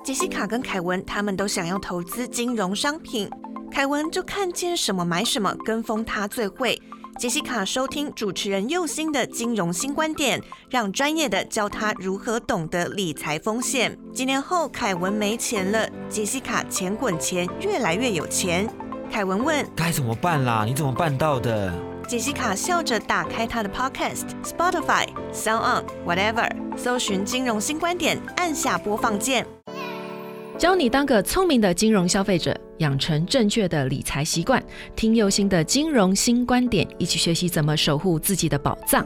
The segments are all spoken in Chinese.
杰西卡跟凯文他们都想要投资金融商品，凯文就看见什么买什么，跟风他最会。杰西卡收听主持人佑星的金融新观点，让专业的教他如何懂得理财风险。几年后，凯文没钱了，杰西卡钱滚钱，越来越有钱。凯文问： 该怎么办啦？你怎么办到的？ 杰西卡笑着打开他的 Podcast、Spotify、SoundOn、Whatever， 搜寻金融新观点，按下播放键。 教你当个聪明的金融消费者，养成正确的理财习惯，听佑星的金融新观点，一起学习怎么守护自己的宝藏。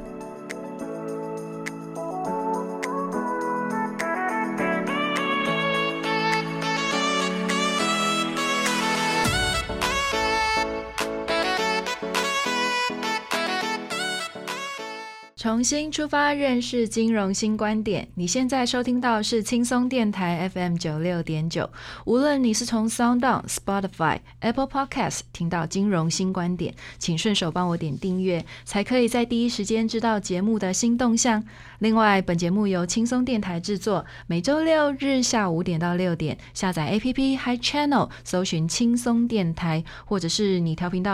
重新出发，认识金融新观点。你现在收听到的是轻松电台 FM96.9。无论你是从 SoundOn、Spotify、Apple Podcast 听到金融新观点，请顺手帮我点订阅，才可以在第一时间知道节目的新动向。另外，本节目由轻松电台制作，每周六日下午5点到6点，下载 APP Hi Channel， 搜寻轻松电台，或者是你调频道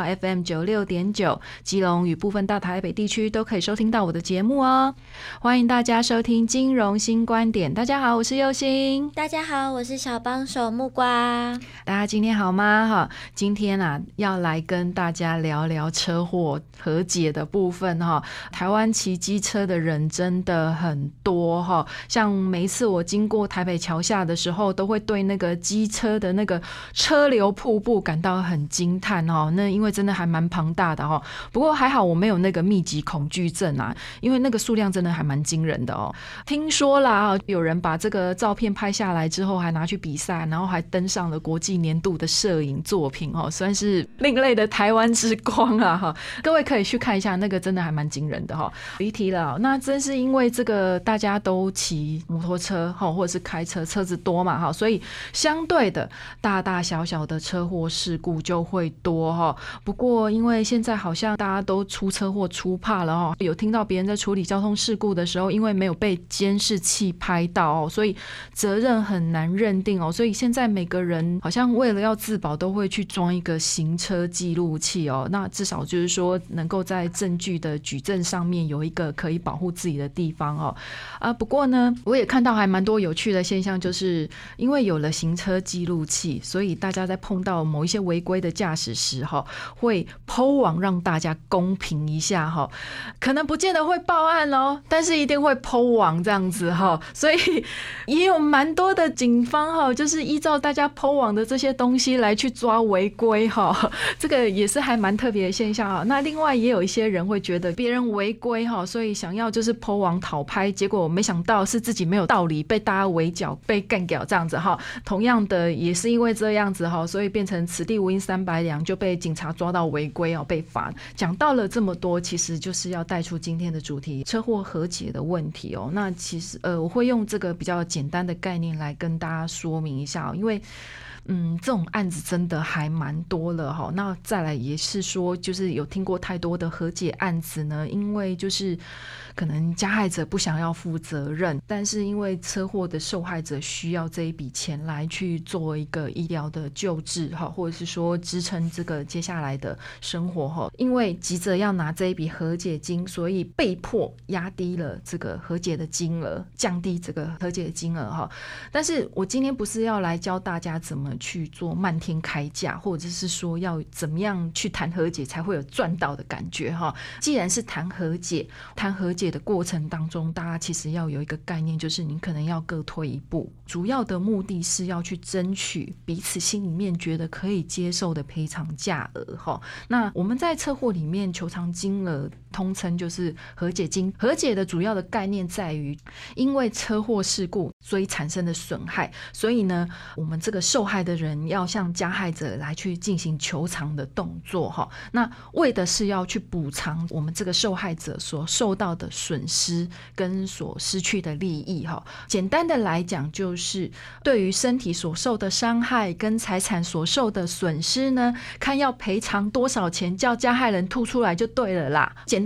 FM96.9， 基隆与部分大台北地区都可以收听到我的节目哦。欢迎大家收听金融新观点。大家好，我是佑星。 大家好，我是小帮手木瓜。 大家今天好吗？今天要来跟大家聊聊车祸和解的部分。台湾骑机车的人真的很多，像每一次我经过台北桥下的时候，都会对那个机车的那个车流瀑布感到很惊叹。那因为真的还蛮庞大的。不过还好我没有那个密集恐惧症因为那个数量真的还蛮惊人的。听说啦，有人把这个照片拍下来之后还拿去比赛，然后还登上了国际年度的摄影作品，算是另类的台湾之光啊。各位可以去看一下，那个真的还蛮惊人的。离题了，那真是因为这个大家都骑摩托车或者是开车，车子多嘛，所以相对的大大小小的车祸事故就会多。不过因为现在好像大家都出车祸出怕了，有听到别人在处理交通事故的时候，因为没有被监视器拍到，所以责任很难认定。所以现在每个人好像为了要自保都会去装一个行车记录器。那至少就是说能够在证据的举证上面有一个可以保护自己的地方。不过呢，我也看到还蛮多有趣的现象，就是因为有了行车记录器，所以大家在碰到某一些违规的驾驶时会 po 网让大家公平一下。可能不见得会报案但是一定会 po 网这样子。所以也有蛮多的警方就是依照大家 po 网的这些东西来去抓违规。这个也是还蛮特别的现象。那另外也有一些人会觉得别人违规，所以想要就是 po 网讨拍，结果没想到是自己没有道理，被大家围剿，被干掉这样子。同样的也是因为这样子，所以变成此地无银300两，就被警察抓到违规，被罚。讲到了这么多，其实就是要带出今天的主题，车祸和解的问题。那其实我会用这个比较简单的概念来跟大家说明一下。因为这种案子真的还蛮多了。那再来也是说，就是有听过太多的和解案子呢，因为就是可能加害者不想要负责任，但是因为车祸的受害者需要这一笔钱来去做一个医疗的救治，或者是说支撑这个接下来的生活。因为急着要拿这一笔和解金，所以被迫压低了这个和解的金额，降低这个和解的金额。但是我今天不是要来教大家怎么去做漫天开价，或者是说要怎么样去谈和解才会有赚到的感觉。既然是谈和解的过程当中，大家其实要有一个概念，就是你可能要各退一步，主要的目的是要去争取彼此心里面觉得可以接受的赔偿价额。那我们在车祸里面求偿金额通称就是和解金。和解的主要的概念在于，因为车祸事故所以产生的损害，所以呢我们这个受害的人要向加害者来去进行求偿的动作。那为的是要去补偿我们这个受害者所受到的损失跟所失去的利益。简单的来讲，就是对于身体所受的伤害跟财产所受的损失呢，看要赔偿多少钱，叫加害人吐出来就对了啦。简单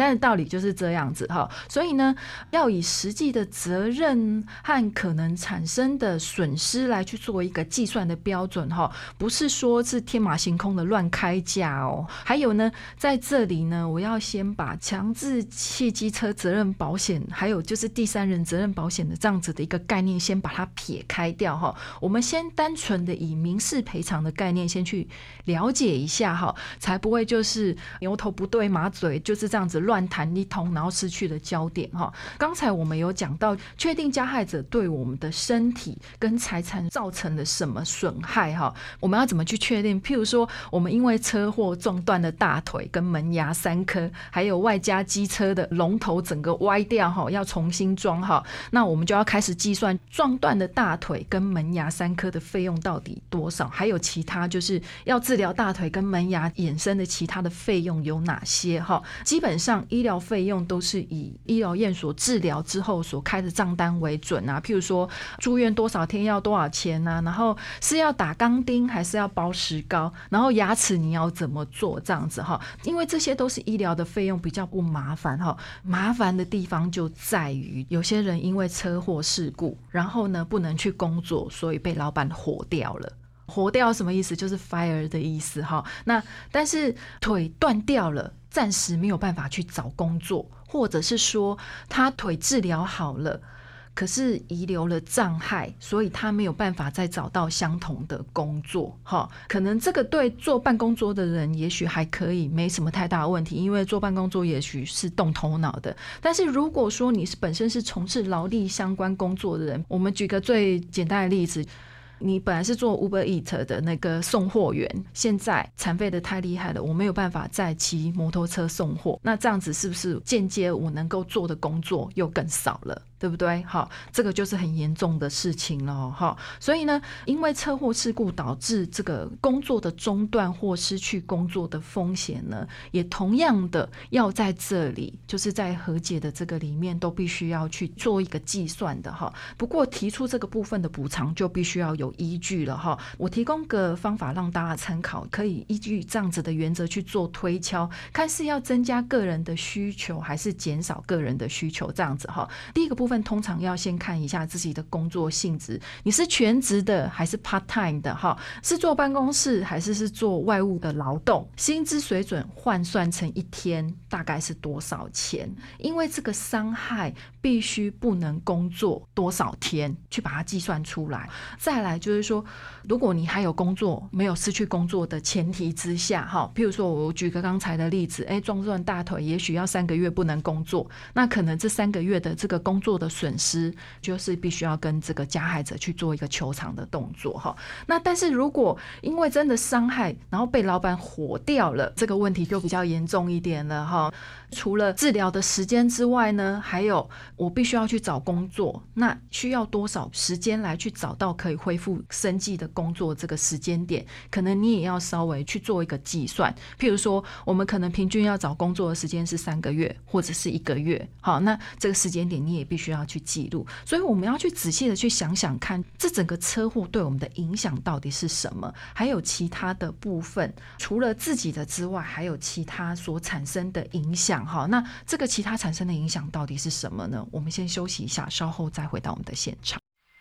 单的道理就是这样子哈。所以呢，要以实际的责任和可能产生的损失来去做一个计算的标准哈，不是说是天马行空的乱开价哦。还有呢，在这里呢，我要先把强制汽机车责任保险，还有就是第三人责任保险的这样子的一个概念，先把它撇开掉哈。我们先单纯的以民事赔偿的概念先去了解一下哈，才不会就是牛头不对马嘴，就是这样子乱谈一通，然后失去了焦点哈。刚才我们有讲到，确定加害者对我们的身体跟财产造成了什么损害哈，我们要怎么去确定？譬如说，我们因为车祸撞断了大腿跟门牙3颗，还有外加机车的龙头整个歪掉哈，要重新装哈，那我们就要开始计算撞断的大腿跟门牙3颗的费用到底多少，还有其他就是要治疗大腿跟门牙衍生的其他的费用有哪些哈。基本上医疗费用都是以医疗院所治疗之后所开的账单为准啊，譬如说住院多少天要多少钱啊，然后是要打钢钉还是要包石膏，然后牙齿你要怎么做这样子哈。因为这些都是医疗的费用，比较不麻烦哈。麻烦的地方就在于有些人因为车祸事故，然后呢不能去工作，所以被老板火掉了。火掉什么意思？就是 fire 的意思哈。那但是腿断掉了，暂时没有办法去找工作，或者是说他腿治疗好了，可是遗留了障碍，所以他没有办法再找到相同的工作可能这个对坐办公桌的人也许还可以，没什么太大的问题，因为坐办公桌也许是动头脑的。但是如果说你本身是从事劳力相关工作的人，我们举个最简单的例子，你本来是做 Uber Eats 的那个送货员，现在残废的太厉害了，我没有办法再骑摩托车送货，那这样子是不是间接我能够做的工作又更少了，对不对？这个就是很严重的事情了。所以呢，因为车祸事故导致这个工作的中断或失去工作的风险呢，也同样的要在这里，就是在和解的这个里面都必须要去做一个计算的不过提出这个部分的补偿就必须要有依据了我提供个方法让大家参考，可以依据这样子的原则去做推敲，看是要增加个人的需求还是减少个人的需求这样子第一个部分通常要先看一下自己的工作性质，你是全职的还是 part time 的是坐办公室还是做外务的劳动，薪资水准换算成一天大概是多少钱，因为这个伤害必须不能工作多少天去把它计算出来。再来就是说，如果你还有工作，没有失去工作的前提之下譬如说我举个刚才的例子，撞断大腿也许要3个月不能工作，那可能这3个月的这个工作的损失就是必须要跟这个加害者去做一个求偿的动作那但是如果因为真的伤害然后被老板火掉了，这个问题就比较严重一点了除了治疗的时间之外呢，还有我必须要去找工作，那需要多少时间来去找到可以恢复生计的工作，这个时间点可能你也要稍微去做一个计算。譬如说我们可能平均要找工作的时间是3个月或者是1个月那这个时间点你也必须要去记录。所以我们要去仔细的去想想看，这整个车祸对我们的影响到底是什么，还有其他的部分，除了自己的之外还有其他所产生的影响那这个其他产生的影响到底是什么呢？我们先休息一下，稍后再回到我们的现场。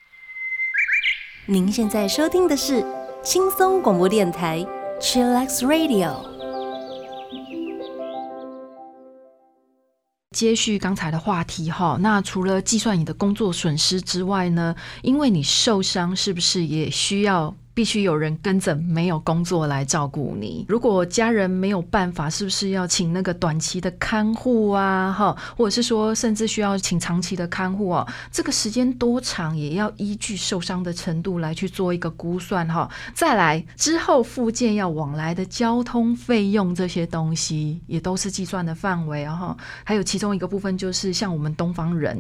您现在收听的是轻松广播电台 Chillax Radio。 接续刚才的话题那除了计算你的工作损失之外呢，因为你受伤是不是也必须有人跟着没有工作来照顾你？如果家人没有办法，是不是要请那个短期的看护啊或者是说甚至需要请长期的看护这个时间多长也要依据受伤的程度来去做一个估算再来之后复健要往来的交通费用，这些东西也都是计算的范围还有其中一个部分就是像我们东方人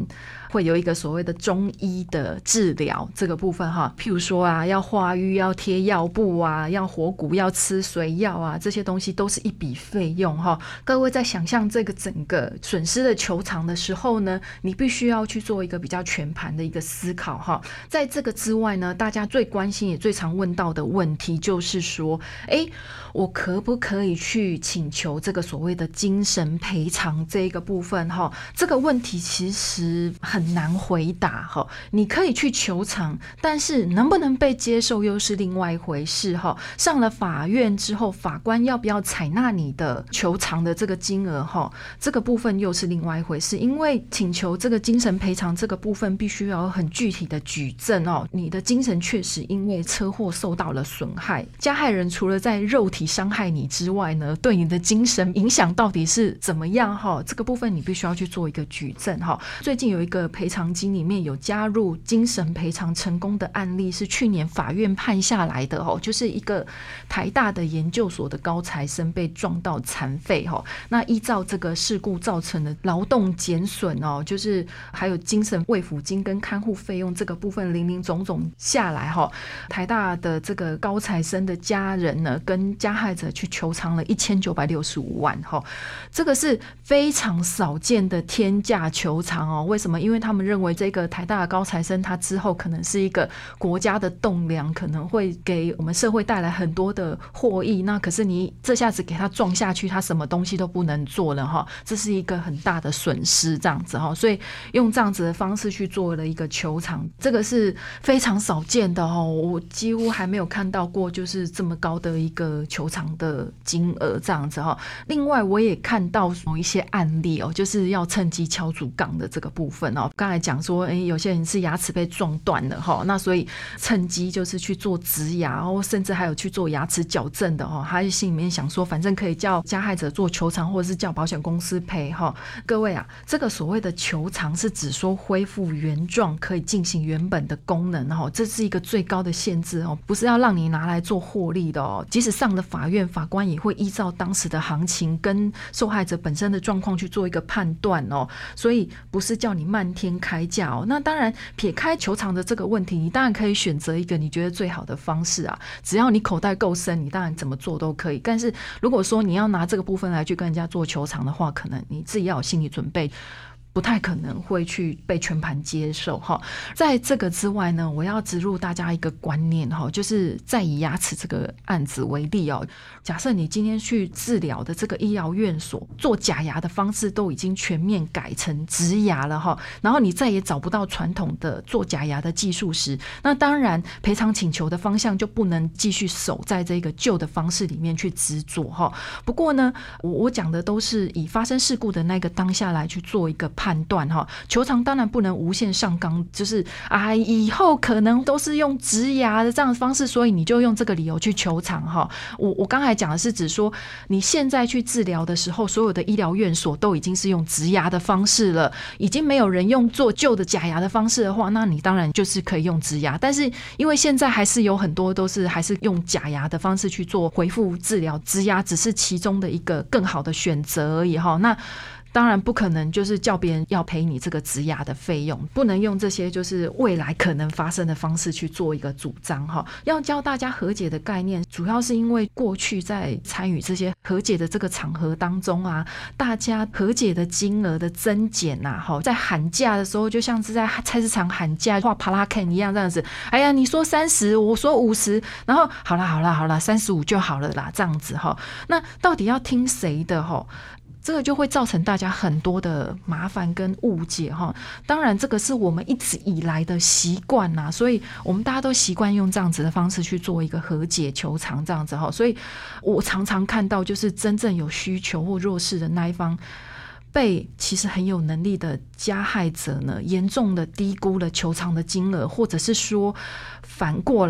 会有一个所谓的中医的治疗这个部分哈，譬如说啊，要化瘀、要贴药布啊、要活骨、要吃水药啊，这些东西都是一笔费用哈。各位在想象这个整个损失的球场的时候呢，你必须要去做一个比较全盘的一个思考哈。在这个之外呢，大家最关心也最常问到的问题就是说，我可不可以去请求这个所谓的精神赔偿这个部分哈？这个问题其实很难回答哈。你可以去求偿，但是能不能被接受又是另外一回事哈。上了法院之后，法官要不要采纳你的求偿的这个金额哈？这个部分又是另外一回事。因为请求这个精神赔偿这个部分，必须要有很具体的举证哦。你的精神确实因为车祸受到了损害，加害人除了在肉体伤害你之外呢，对你的精神影响到底是怎么样哈？这个部分你必须要去做一个举证哈。最近有一个赔偿金里面有加入精神赔偿成功的案例，是去年法院判下来的哈，就是一个台大的研究所的高材生被撞到残废哈。那依照这个事故造成的劳动减损哦，就是还有精神慰抚金跟看护费用这个部分零零总总下来哈，台大的这个高材生的家人呢，跟加害者去求偿了1965万哈，这个是非常少见的天价求偿哦。为什么？因为他们认为这个台大的高材生他之后可能是一个国家的栋梁，可能会给我们社会带来很多的获益。那可是你这下子给他撞下去，他什么东西都不能做了哈，这是一个很大的损失这样子哈。所以用这样子的方式去做了一个求偿，这个是非常少见的哈，我几乎还没有看到过就是这么高的一个求偿的金额这样子哈。另外我也看到某一些案例哦，就是要趁机敲竹杠的这个部分哦。刚才讲说，有些人是牙齿被撞断了哈，那所以趁机就是去做植牙，或甚至还有去做牙齿矫正的哈。他心里面想说，反正可以叫加害者做求偿，或者是叫保险公司赔哈。各位啊，这个所谓的求偿是指说恢复原状，可以进行原本的功能哈，这是一个最高的限制哦，不是要让你拿来做获利的哦。即使上了法院，法官也会依照当时的行情跟受害者本身的状况去做一个判断哦，所以不是叫你漫天开价哦。那当然，撇开求偿的这个问题，你当然可以选择一个你觉得最好的方式啊，只要你口袋够深，你当然怎么做都可以。但是如果说你要拿这个部分来去跟人家做求偿的话，可能你自己要有心理准备，不太可能会去被全盘接受哈。在这个之外呢，我要植入大家一个观念哈，就是再以牙齿这个案子为例哦，假设你今天去治疗的这个医疗院所做假牙的方式都已经全面改成植牙了哈，然后你再也找不到传统的做假牙的技术时，那当然赔偿请求的方向就不能继续守在这个旧的方式里面去执着哈。不过呢，我讲的都是以发生事故的那个当下来去做一个判断哈，求偿当然不能无限上纲，就是以后可能都是用植牙的这样的方式，所以你就用这个理由去求偿哈。我刚才讲的是指说，你现在去治疗的时候，所有的医疗院所都已经是用植牙的方式了，已经没有人用做旧的假牙的方式的话，那你当然就是可以用植牙。但是因为现在还是有很多都是还是用假牙的方式去做恢复治疗，植牙只是其中的一个更好的选择而已哈。那当然不可能就是叫别人要赔你这个植牙的费用，不能用这些就是未来可能发生的方式去做一个主张哈。要教大家和解的概念，主要是因为过去在参与这些和解的这个场合当中啊，大家和解的金额的增减啊，在喊价的时候就像是在菜市场喊价画帕拉 K 一样这样子，哎呀你说30我说50，然后好啦35就好了啦这样子哈。那到底要听谁的哈？这个就会造成大家很多的麻烦跟误解哈。当然这个是我们一直以来的习惯啦，所以我们大家都习惯用这样子的方式去做一个和解求偿这样子哈。所以我常常看到就是真正有需求或弱势的那一方被其实很有能力的加害者呢严重的低估了求偿的金额，或者是说反过来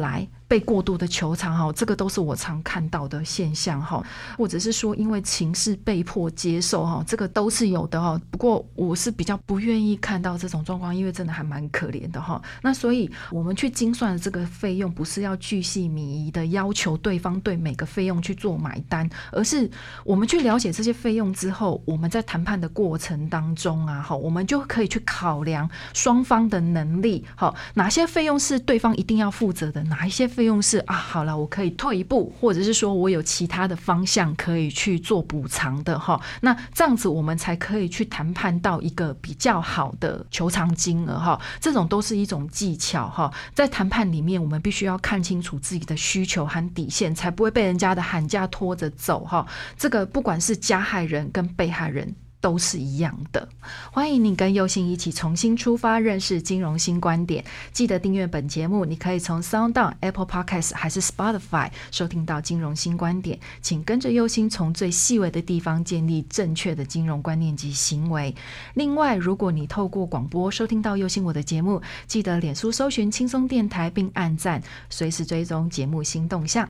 被过度的求偿，这个都是我常看到的现象，或者是说因为情势被迫接受，这个都是有的。不过我是比较不愿意看到这种状况，因为真的还蛮可怜的。那所以我们去精算的这个费用，不是要巨细靡遗的要求对方对每个费用去做买单，而是我们去了解这些费用之后，我们在谈判的过程当中我们就可以去考量双方的能力，哪些费用是对方一定要负责的，哪一些费用是好了我可以退一步，或者是说我有其他的方向可以去做补偿的。那这样子我们才可以去谈判到一个比较好的求偿金额。这种都是一种技巧，在谈判里面我们必须要看清楚自己的需求和底线，才不会被人家的喊价拖着走。这个不管是加害人跟被害人都是一样的。欢迎你跟佑星一起重新出发，认识金融新观点。记得订阅本节目，你可以从 SoundOn、Apple Podcast 还是 Spotify 收听到金融新观点。请跟着佑星从最细微的地方建立正确的金融观念及行为。另外，如果你透过广播收听到佑星我的节目，记得脸书搜寻轻松电台并按赞，随时追踪节目新动向。